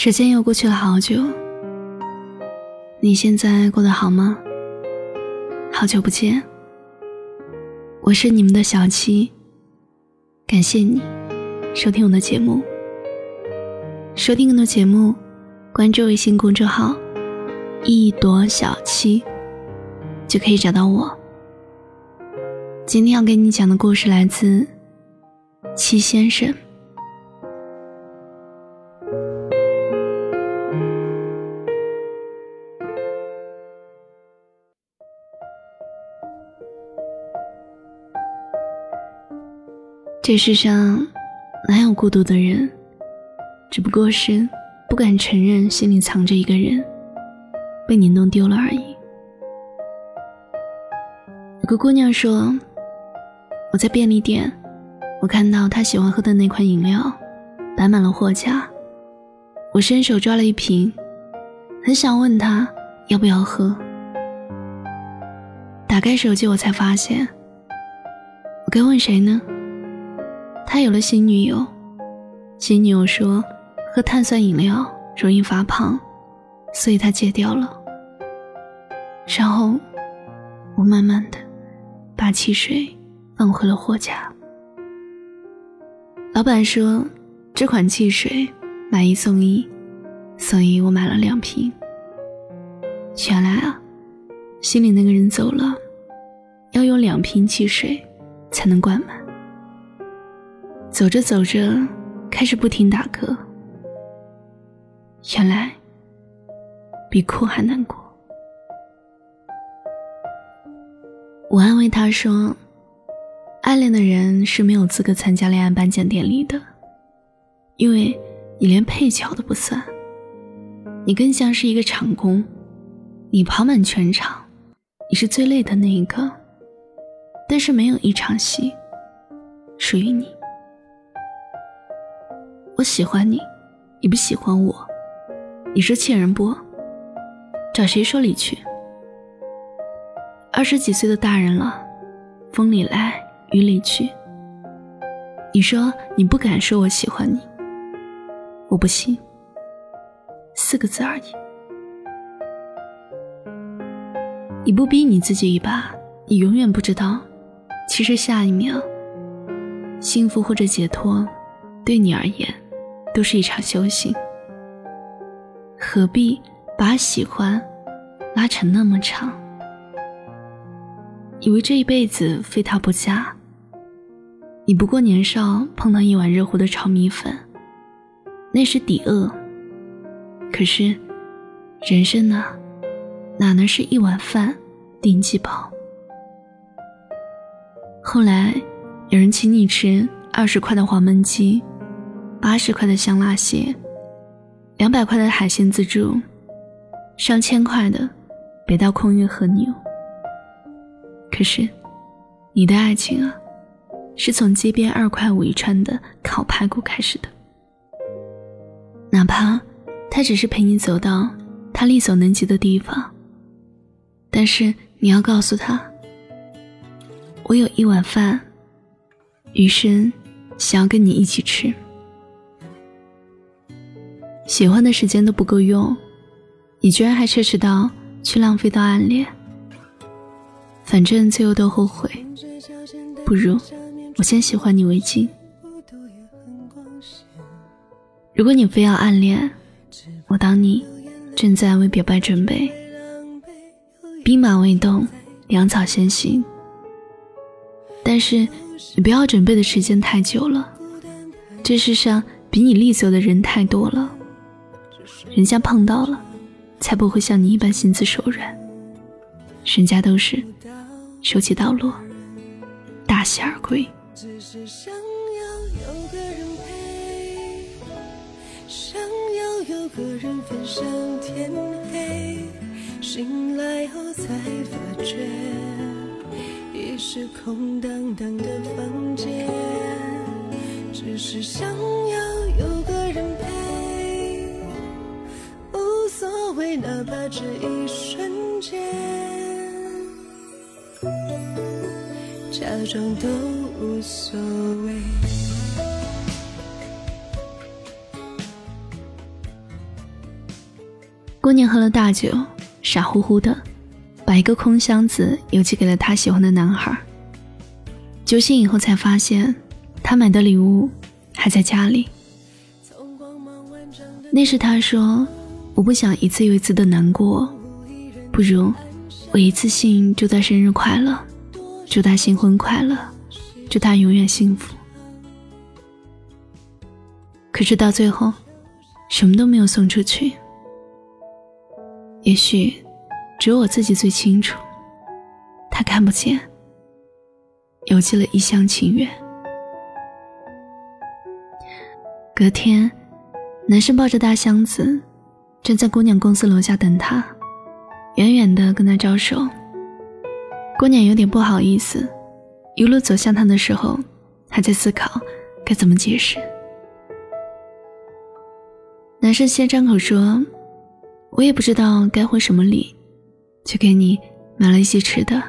时间又过去了好久，你现在过得好吗？好久不见，我是你们的小七，感谢你收听我的节目。收听更多节目，关注微信公众号一朵小七就可以找到我。今天要给你讲的故事来自七先生。这世上哪有孤独的人，只不过是不敢承认心里藏着一个人，被你弄丢了而已。有个姑娘说，我在便利店，我看到她喜欢喝的那款饮料摆满了货架，我伸手抓了一瓶，很想问她要不要喝。打开手机我才发现，我该问谁呢？他有了新女友，新女友说喝碳酸饮料容易发胖，所以他戒掉了。然后我慢慢的把汽水放回了货架。老板说这款汽水买一送一，所以我买了2瓶。原来啊，心里那个人走了，要有2瓶汽水才能灌满。走着走着开始不停打嗝，原来比哭还难过。我安慰他说，暗恋的人是没有资格参加恋爱颁奖典礼的，因为你连配角都不算，你更像是一个场工，你跑满全场，你是最累的那一个，但是没有一场戏属于你。我喜欢你，你不喜欢我，你说欠人不？找谁说理去？20几岁的大人了，风里来雨里去。你说你不敢说我喜欢你，我不信，4个字而已。你不逼你自己一把，你永远不知道，其实下一秒幸福或者解脱对你而言都是一场修行。何必把喜欢拉成那么长？以为这一辈子非他不嫁，你不过年少碰到一碗热乎的炒米粉，那是抵饿。可是人生啊，哪能是一碗饭顶饥饱？后来有人请你吃20块的黄焖鸡，80块的香辣蟹，200块的海鲜自助，上千块的北大空运和牛。可是你的爱情啊，是从街边2块5一串的烤排骨开始的。哪怕他只是陪你走到他力所能及的地方，但是你要告诉他，我有一碗饭，余生想要跟你一起吃。喜欢的时间都不够用，你居然还奢侈到去浪费到暗恋，反正最后都后悔，不如我先喜欢你为敬。如果你非要暗恋，我当你正在为表白准备，兵马未动，粮草先行。但是你不要准备的时间太久了，这世上比你利索的人太多了，人家碰到了才不会像你一般心慈手软，人家都是手起刀落，大喜而归。 只是想要有个人陪，想要有个人分享天黑，醒来后才发觉已是空荡荡的房间。只是想要有个人陪，无所谓，哪怕只一瞬间，假装都无所谓。所谓。 姑娘喝了大酒，傻乎乎的把一个空箱子邮寄给了她喜欢的男孩。酒醒以后才发现，他买的礼物还在家里。那时他说，我不想一次又一次的难过，不如我一次性祝他生日快乐，祝他新婚快乐，祝他永远幸福。可是到最后什么都没有送出去。也许只有我自己最清楚，他看不见，邮寄了一厢情愿。隔天，男生抱着大箱子站在姑娘公司楼下等他，远远地跟他招手。姑娘有点不好意思，一路走向他的时候还在思考该怎么解释。男生先张口说，我也不知道该回什么礼，就给你买了一些吃的。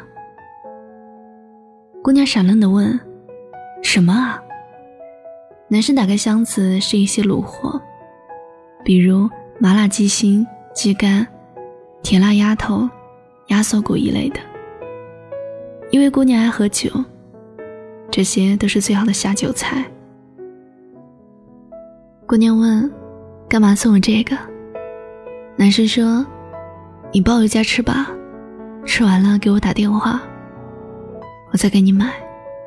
姑娘傻愣地问，什么啊？男生打开箱子，是一些卤货，比如麻辣鸡心、鸡肝、甜辣鸭头、鸭锁骨一类的。因为姑娘爱喝酒，这些都是最好的下酒菜。姑娘问，干嘛送我这个？男生说，你抱回家吃吧，吃完了给我打电话，我再给你买。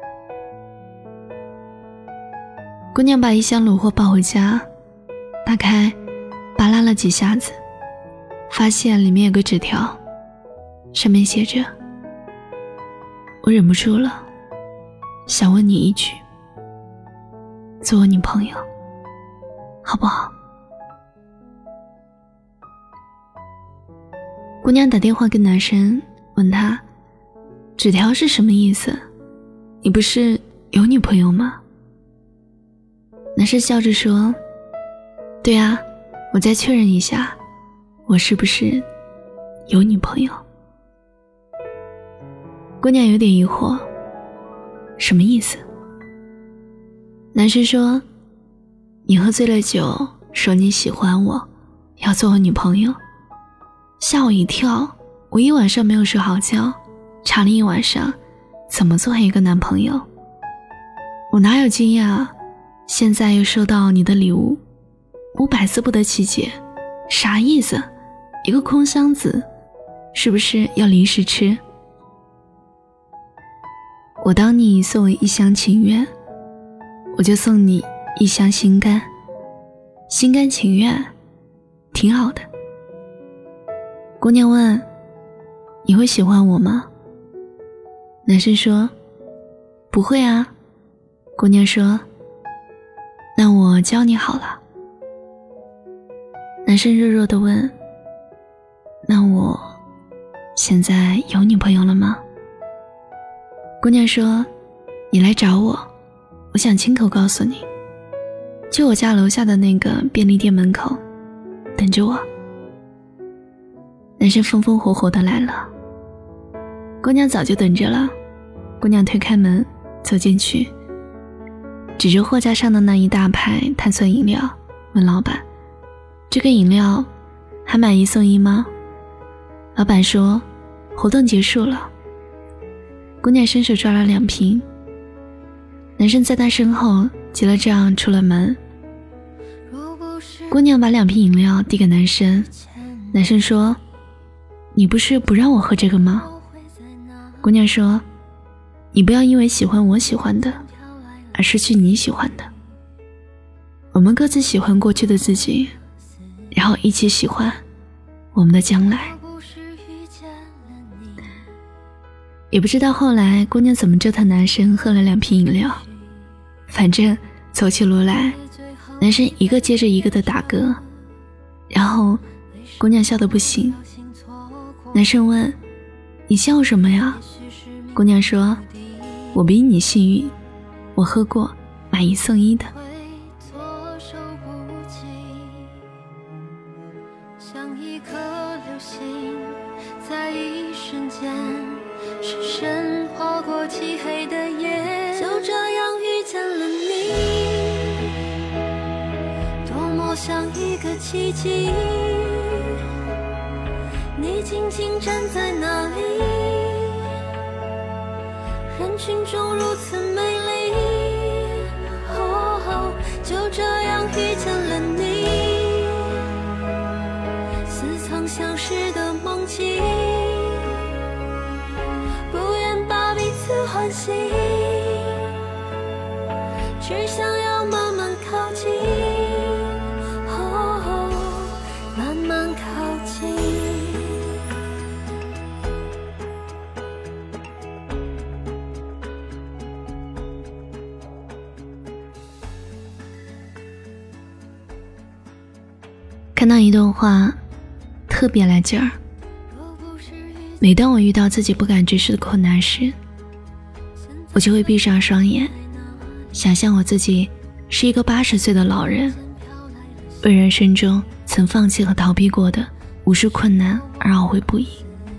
姑娘把一箱卤货抱回家，打开扒拉了几下子，发现里面有个纸条，上面写着，我忍不住了，想问你一句，做我女朋友好不好？姑娘打电话跟男生问他，纸条是什么意思？你不是有女朋友吗？男生笑着说，对啊，我再确认一下，我是不是有女朋友？姑娘有点疑惑，什么意思？男生说，你喝醉了酒，说你喜欢我，要做我女朋友，吓我一跳，我一晚上没有睡好觉，查了一晚上怎么做一个男朋友。我哪有经验啊，现在又收到你的礼物，我百思不得其解，啥意思？一个空箱子，是不是要临时吃？我当你送我一厢情愿，我就送你一厢心甘，心甘情愿，挺好的。姑娘问，你会喜欢我吗？男生说，不会啊。姑娘说，那我教你好了。男生弱弱地问，那我现在有女朋友了吗？姑娘说，你来找我，我想亲口告诉你，就我家楼下的那个便利店门口等着我。男生风风火火地来了，姑娘早就等着了。姑娘推开门走进去，指着货架上的那一大排碳酸饮料问老板，这个饮料还买一送一吗？老板说，活动结束了。姑娘伸手抓了2瓶，男生在她身后结了账出了门。姑娘把2瓶饮料递给男生，男生说，你不是不让我喝这个吗？姑娘说，你不要因为喜欢我喜欢的而失去你喜欢的，我们各自喜欢过去的自己，然后一起喜欢我们的将来。也不知道后来姑娘怎么折腾男生喝了2瓶饮料，反正走起路来男生一个接着一个的打嗝，然后姑娘笑得不行。男生问，你笑什么呀？姑娘说，我比你幸运，我喝过买一送一的。 像一颗流星，在一瞬间深深划过漆黑的夜，就这样遇见了你，多么像一个奇迹。 你静静站在那里，人群中如此美丽，哦，就这样遇见了你，似曾相识的梦境，不愿把彼此唤醒，只想要慢慢靠近，哦，慢慢靠近。 看到一段话特别来劲儿，每当我遇到自己不敢直视的困难时，我就会闭上双眼，想象我自己是一个80岁的老人，为人生中曾放弃和逃避过的无数困难而懊悔不已。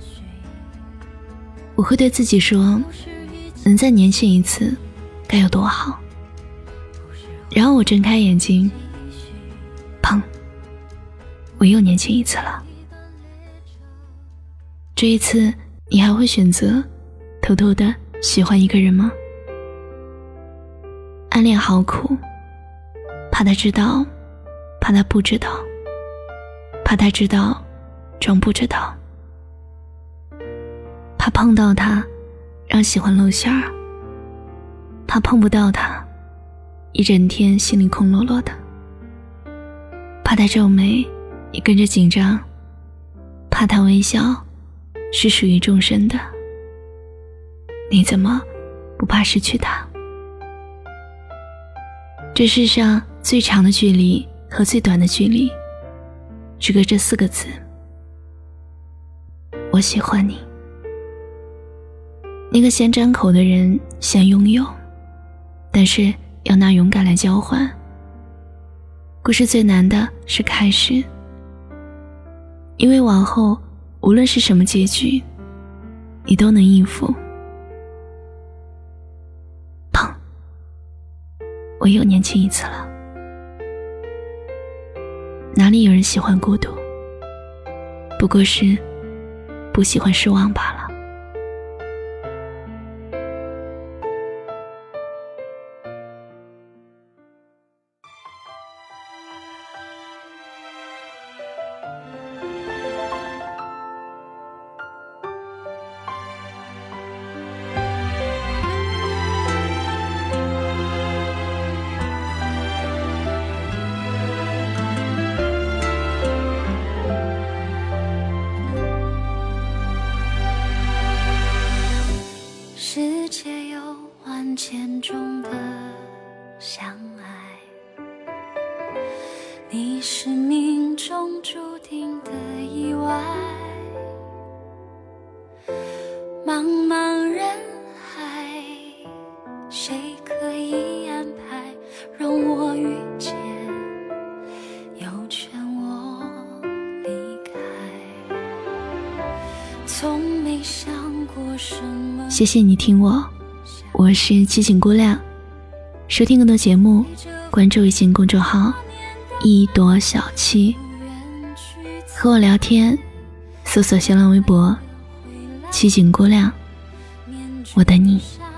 我会对自己说，能再年轻一次该有多好。然后我睁开眼睛，砰，我又年轻一次了。这一次你还会选择偷偷的喜欢一个人吗？暗恋好苦，怕他知道，怕他不知道，怕他知道装不知道，怕碰到他让喜欢露馅儿，怕碰不到他一整天心里空落落的，怕他皱眉也跟着紧张，怕他微笑是属于众生的。你怎么不怕失去他？这世上最长的距离和最短的距离，只隔这4个字：我喜欢你。那个先张口的人想拥有，但是要拿勇敢来交换。故事最难的是开始，因为往后无论是什么结局，你都能应付。砰，我又年轻一次了。哪里有人喜欢孤独，不过是不喜欢失望罢了。 世界有万千种的相爱，你是命中注定的意外。茫茫人海，谁可以安排容我遇见，又劝我离开？从没想过什么。 谢谢你听我是七情姑娘。收听更多节目，关注微信公众号一朵小七，和我聊天，搜索新浪微博七情姑娘，我等你。